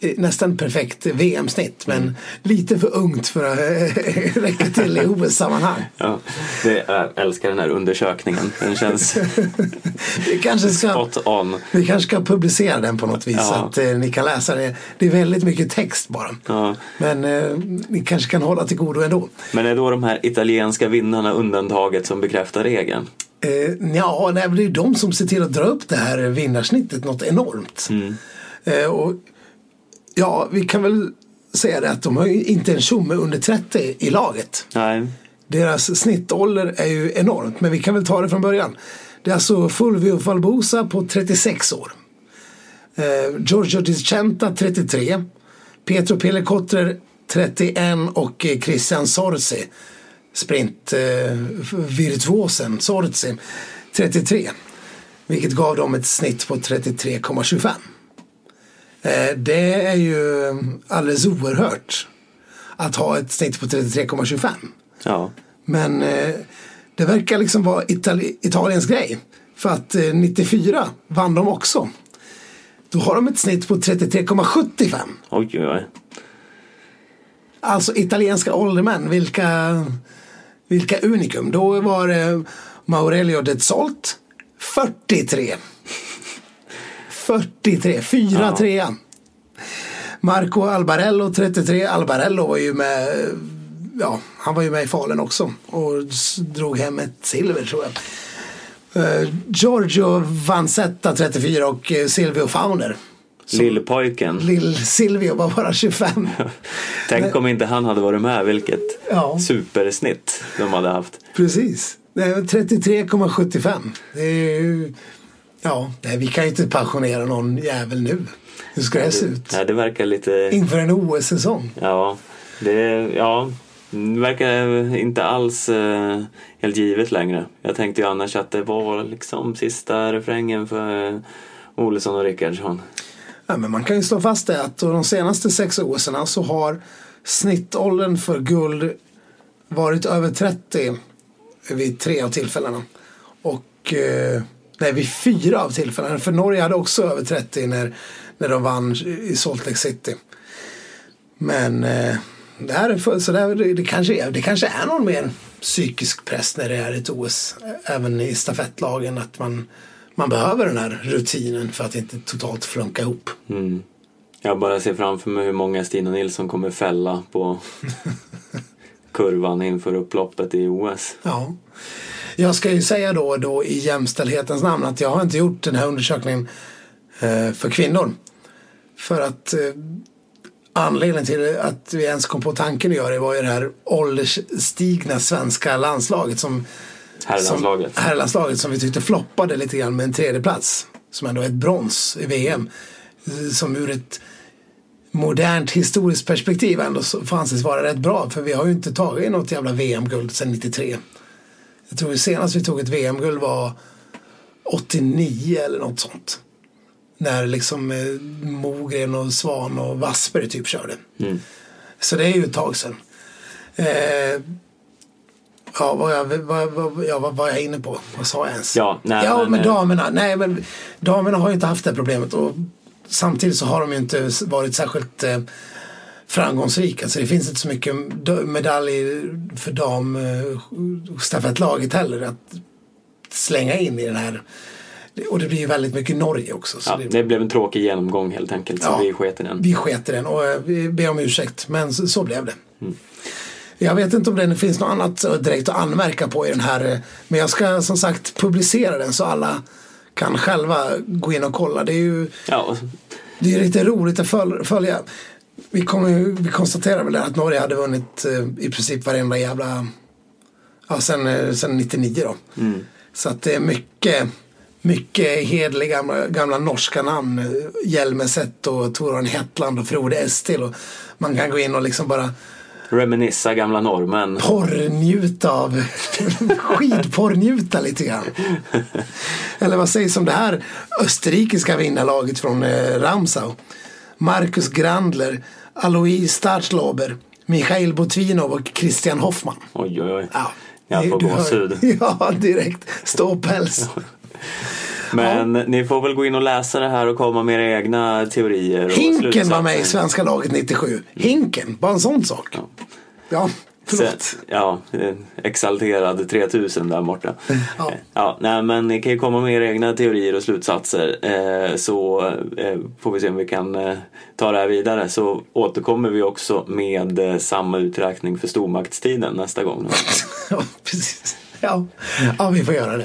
nästan perfekt V M-snitt, men mm. lite för ungt för att räcka till i O S-sammanhang. Ja, det, jag älskar den här undersökningen. Den känns vi kanske ska, spot on. Vi kanske ska publicera den på något vis, ja. Så att eh, ni kan läsa det. Det är väldigt mycket text bara. Ja. Men eh, ni kanske kan hålla till godo ändå. Men är då de här italienska vinnarna undantaget som bekräftar regeln? Eh, ja, det är ju de som ser till att dra upp det här vinnarsnittet något enormt. Mm. Eh, och ja, vi kan väl säga det att de har ju inte en tjomme under trettio i laget. Nej. Deras snittålder är ju enormt, men vi kan väl ta det från början. Det är alltså Fulvio Valbusa på trettiosex år. Eh, Giorgio Di Centa trettiotre. Pietro Pellecotter trettioett och eh, Christian Sorzi, sprint eh, virtuosen Sorzi, trettiotre. Vilket gav dem ett snitt på trettiotre komma tjugofem. Eh, det är ju alldeles oerhört att ha ett snitt på trettiotre komma tjugofem. Ja. Men eh, det verkar liksom vara Itali- Italiens grej. För att eh, nittiofyra vann de också. Då har de ett snitt på trettiotre komma sjuttiofem. Oj, oj, oj. Alltså italienska åldermän, vilka, vilka unikum. Då var det Maurelio De Zolt, fyrtiotre. fyrtiotre, fyra ja. trea. Marco Albarello, trettiotre. Albarello var ju med, ja, han var ju med i Fallen också och drog hem ett silver, tror jag. Uh, Giorgio Vanzetta, trettiofyra, och uh, Silvio Fauner. Lillpojken. Lill Silvio var bara tjugofem. Tänk om inte han hade varit med, vilket ja. supersnitt de hade haft. Precis. trettiotre komma sjuttiofem. Det är ju, ja, det, vi kan ju inte pensionera någon jävel nu. Hur ska det, det se ut? Ja, det verkar lite... inför en O S-säsong. Ja, det, ja, det verkar inte alls uh, helt givet längre. Jag tänkte ju annars att det var liksom sista refrängen för uh, Olsson och Rickardsson. Ja, men man kan ju slå fast det att de senaste sex O S-erna så har snittåldern för guld varit över trettio vid tre av tillfällena. Och eh, nej, vid fyra av tillfällena. För Norge hade också över trettio när, när de vann i Salt Lake City. Men eh, det här är för, så där, det, kanske är, det kanske är någon mer psykisk press när det är ett O S. Även i stafettlagen, att man Man behöver den här rutinen för att inte totalt flunka ihop. Mm. Jag bara ser framför mig hur många Stina Nilsson kommer fälla på kurvan inför upploppet i O S. Ja. Jag ska ju säga då, då i jämställdhetens namn att jag har inte gjort den här undersökningen eh, för kvinnor. För att eh, anledningen till att vi ens kom på tanken att göra det var ju det här åldersstigna svenska landslaget som Herrlandslaget. Som, herrlandslaget som vi tyckte floppade lite grann med en tredje plats som ändå är ett brons i V M, som ur ett modernt historiskt perspektiv ändå får anses vara rätt bra, för vi har ju inte tagit något jävla V M-guld sedan nittiotre. Jag tror senast vi tog ett V M-guld var åttionio eller något sånt, när liksom eh, Mogren och Svan och Wassberg typ körde. Mm. Så det är ju ett tag sedan. eh, Ja, vad jag, vad, vad, ja, vad var jag inne på? Vad sa jag ens? Ja, nej, ja men, men damerna, nej, men damerna har ju inte haft det problemet, och samtidigt så har de ju inte varit särskilt eh, framgångsrika, så det finns inte så mycket medaljer för dam eh, stafettlaget heller att slänga in i den här, och det blir ju väldigt mycket Norge också. Så ja, det, det blev en tråkig genomgång helt enkelt, så ja, vi sket i den. Vi sket i den och eh, vi ber om ursäkt, men så, så blev det. Mm. Jag vet inte om det finns något annat direkt att anmärka på i den här, men jag ska som sagt publicera den så alla kan själva gå in och kolla. Det är ju ja. Det är lite roligt att följa. Vi, kommer, vi konstaterar väl att Norge hade vunnit i princip varenda jävla, ja, sen, sen nittionio då. Mm. Så att det är mycket mycket hedliga gamla, gamla norska namn, Hjelmeset och Torbjörn Hetland och Frode Estil, och man kan gå in och liksom bara reminissa gamla normen. Porrnjuta av skidporrnjuta lite grann. Eller vad sägs om det här österrikiska vinnarlaget från eh, Ramsau? Marcus Grandler, Alois Startslober, Michail Botvinov och Christian Hoffman. Oj, oj, oj. Ja, jag får gåshud. Ja, direkt. Ståpäls. Men ja. Ni får väl gå in och läsa det här och komma med era egna teorier. Och Hinken var med i svenska laget nittiosju. Hinken, bara en sån sak. Ja, ja. Så, ja, exalterad tre tusen där borta. Ja. Ja, nej, men ni kan ju komma med era egna teorier och slutsatser, eh, så eh, får vi se om vi kan eh, ta det här vidare. Så återkommer vi också med eh, samma uträkning för stormaktstiden nästa gång. Ja, precis. Ja. Ja, vi får göra det.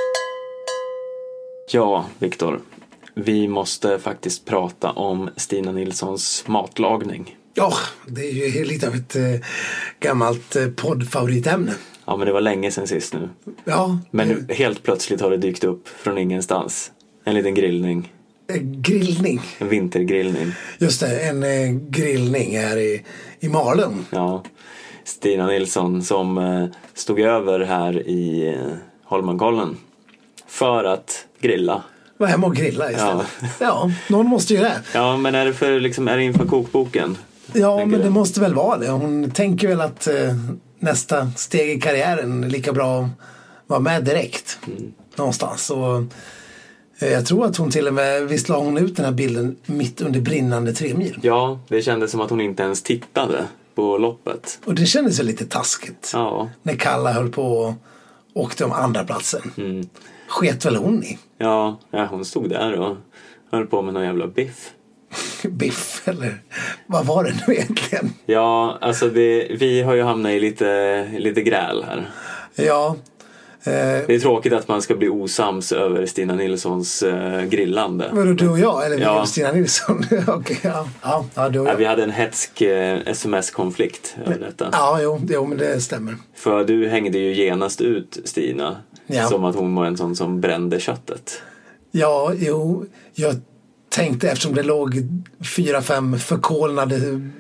Ja, Viktor, vi måste faktiskt prata om Stina Nilssons matlagning. Ja, det är ju lite av ett eh, gammalt eh, poddfavoritämne. Ja, men det var länge sedan sist nu. Ja. Men nu, helt plötsligt har det dykt upp från ingenstans. En liten grillning. Eh, grillning? En vintergrillning. Just det, en eh, grillning här i, i Malung. Ja, Stina Nilsson som eh, stod över här i eh, Holmenkollen för att grilla. Var hemma och grilla istället. Ja. Ja, någon måste ju det. Ja, men är det, för, liksom, är det inför kokboken? Ja, men det måste väl vara det. Hon tänker väl att eh, nästa steg i karriären är lika bra att vara med direkt. Mm. Någonstans. Och, eh, jag tror att hon till och med, visst la hon ut den här bilden mitt under brinnande tre mil. Ja, det kändes som att hon inte ens tittade på loppet. Och det kändes ju lite taskigt. Ja. När Kalla höll på och åkte om andra platsen. Mm. Sket väl hon i? Ja, ja, hon stod där och höll på med någon jävla biff. Biff, eller vad var det nu egentligen? Ja, alltså det, vi har ju hamnat i lite, lite gräl här. Ja. Eh, det är tråkigt att man ska bli osams över Stina Nilssons eh, grillande. Var det du och jag, eller ja. vi och Stina Nilsson? Okay, ja. Ja, ja, du och jag. Ja, vi hade en hetsk eh, sms-konflikt över detta. Ja, jo, jo, men det stämmer. För du hängde ju genast ut Stina. Ja. Som att hon var en sån som brände köttet. Ja, jo, jag tänkte eftersom det låg fyra, fem förkolnade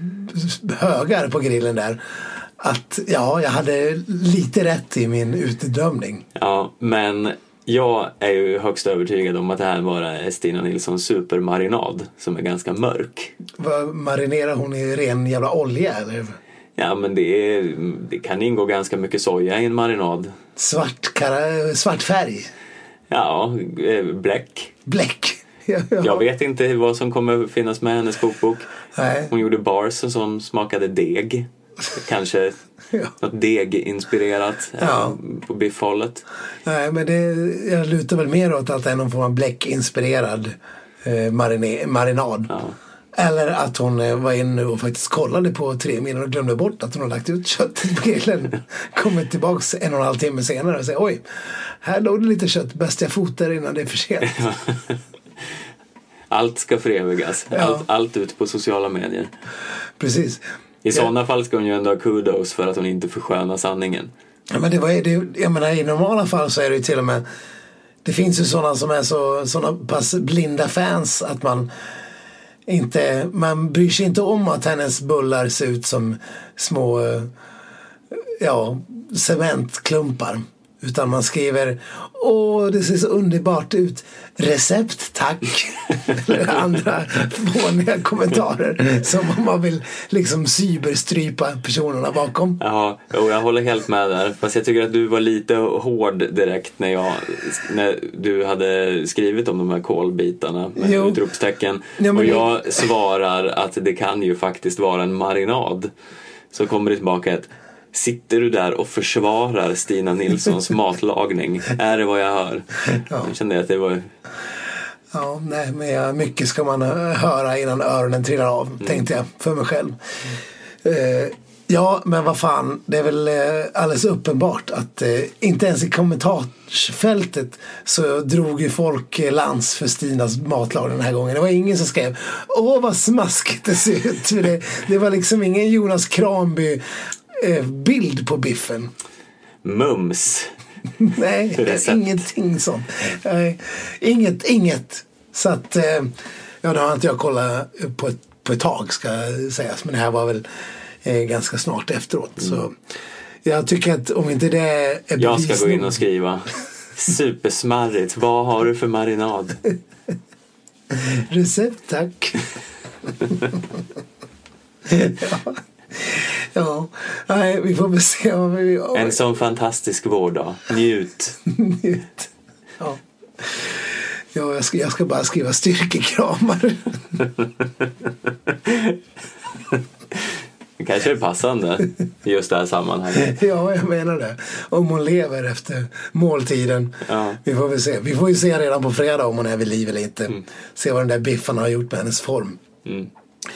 högar på grillen där, att ja, jag hade lite rätt i min utdömning. Ja, men jag är ju högst övertygad om att det här bara är Stina Nilssons supermarinad som är ganska mörk. Vad marinerar hon i ren jävla olja eller? Ja, men det, är, det kan ingå ganska mycket soja i en marinad. Svart, kara, svart färg? Ja, bläck. Bläck? Ja, ja. Jag vet inte vad som kommer finnas med i hennes kokbok. Nej. Hon gjorde bars som smakade deg. Kanske ja. Något deg-inspirerat ja. På biffhållet. Nej, men det, jag lutar väl mer åt att det är någon form av bläck-inspirerad eh, marine, marinad. Ja. Eller att hon eh, var inne och faktiskt kollade på tre mil och glömde bort att hon har lagt ut köttet på grillen. Kommit tillbaks en och en halv timme senare och säger oj, här låg det lite kött, bäst jag fotar innan det är för sent. Allt ska förevigas. Ja. Allt, allt ut på sociala medier. Precis. I sådana ja. fall ska hon ju ändå ha kudos för att hon inte förskönar sanningen. Ja, men det var det, jag menar, i normala fall så är det ju till och med, det finns ju sådana som är så sådana pass blinda fans att man inte, man bryr sig inte om att hennes bullar ser ut som små ja, cementklumpar. Utan man skriver, åh det ser så underbart ut, recept tack. Eller andra fåniga kommentarer som om man vill liksom cyberstrypa personerna bakom. Ja, och jag håller helt med där. Fast jag tycker att du var lite hård direkt när, jag, när du hade skrivit om de här kolbitarna med jo. utropstecken. Ja, och jag det... svarar att det kan ju faktiskt vara en marinad. Så kommer det tillbaka ett, sitter du där och försvarar Stina Nilssons matlagning? Är det vad jag hör? Ja. Jag kände att det var... Ja, nej, men ja, mycket ska man höra innan öronen trillar av, mm. tänkte jag för mig själv. Mm. Uh, ja, men vad fan, det är väl uh, alldeles uppenbart att uh, inte ens i kommentarsfältet så drog ju folk uh, lans för Stinas matlagning den här gången. Det var ingen som skrev, åh vad smaskigt det ser ut. För det, det var liksom ingen Jonas Kranby bild på biffen. Mums. Nej, ingenting sånt. Nej, inget, inget. Så att, ja, då har inte jag kollat på ett, på ett tag ska sägas. Men det här var väl eh, ganska snart efteråt. Mm. Så jag tycker att om inte det är bevis. Jag ska gå in och skriva. Supersmarrigt. Vad har du för marinad? Recept, tack. Ja. Ja, nej, vi får väl se vad vi... Oh. En sån fantastisk vårdag. Njut. Njut. Ja. Ja, jag ska, jag ska bara skriva styrkekramar. Det kanske är passande i just det här sammanhanget. Ja, jag menar det. Om hon lever efter måltiden. Ja. Vi får väl se. Vi får ju se redan på fredag om hon är vid liv eller inte. Mm. Se vad den där biffen har gjort med hennes form. Mm.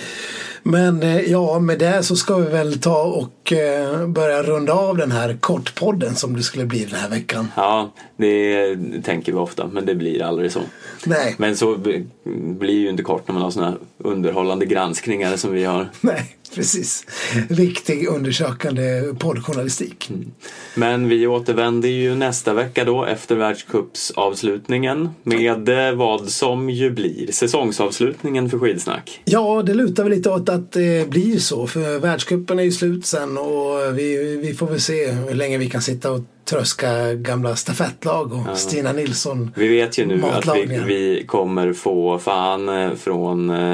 Men ja, med det så ska vi väl ta och eh, börja runda av den här kortpodden som det skulle bli den här veckan. Ja, det tänker vi ofta, men det blir aldrig så. Nej. Men så blir ju inte kort när man har såna underhållande granskningar som vi har. Nej, precis. Riktig undersökande poddjournalistik. Mm. Men vi återvänder ju nästa vecka då efter världscupsavslutningen med vad som ju blir säsongsavslutningen för Skidsnack. Ja, det lutar väl lite åt att det blir så, för världscupen är ju slut sen och vi, vi får väl se hur länge vi kan sitta och tröska gamla stafettlag och ja. Stina Nilsson. Vi vet ju nu att vi, vi kommer få fan från eh,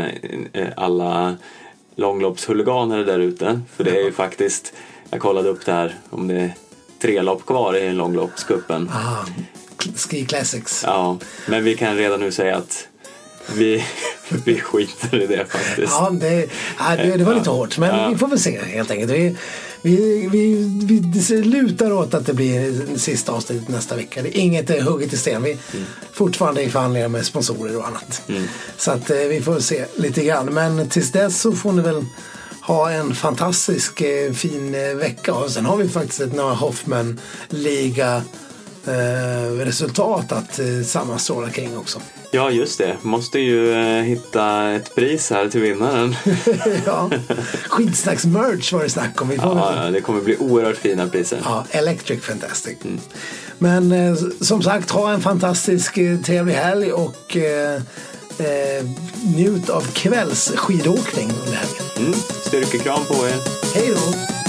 alla långloppshuliganer där ute, för det är ju faktiskt, jag kollade upp det här, om det är tre lopp kvar i långloppscupen. Ah, Ski Classics. Ja, men vi kan redan nu säga att vi, vi skiter i det faktiskt. Ja, det, det, det var lite hårt, men ja. Vi får väl se helt enkelt. Vi, vi, vi, vi det lutar åt att det blir sista avsnittet nästa vecka. Det är inget är hugget i sten. Vi mm. fortfarande i förhandlingar med sponsorer och annat. Mm. Så att vi får se lite grann. Men tills dess så får ni väl ha en fantastisk fin vecka. Och sen har vi faktiskt ett Noah Hoffman-liga eh, resultat att eh, sammanstråla kring också. Ja, just det. Måste ju eh, hitta ett pris här till vinnaren. Ja, Skidsnacks merch var det snack om. Vi får ja, ja, det kommer bli oerhört fina priser. Ja, Electric Fantastic. Mm. Men eh, som sagt, ha en fantastisk eh, trevlig helg och eh, eh, njut av kvälls skidåkning under helgen. Mm. Styrkekram på er. Hej då!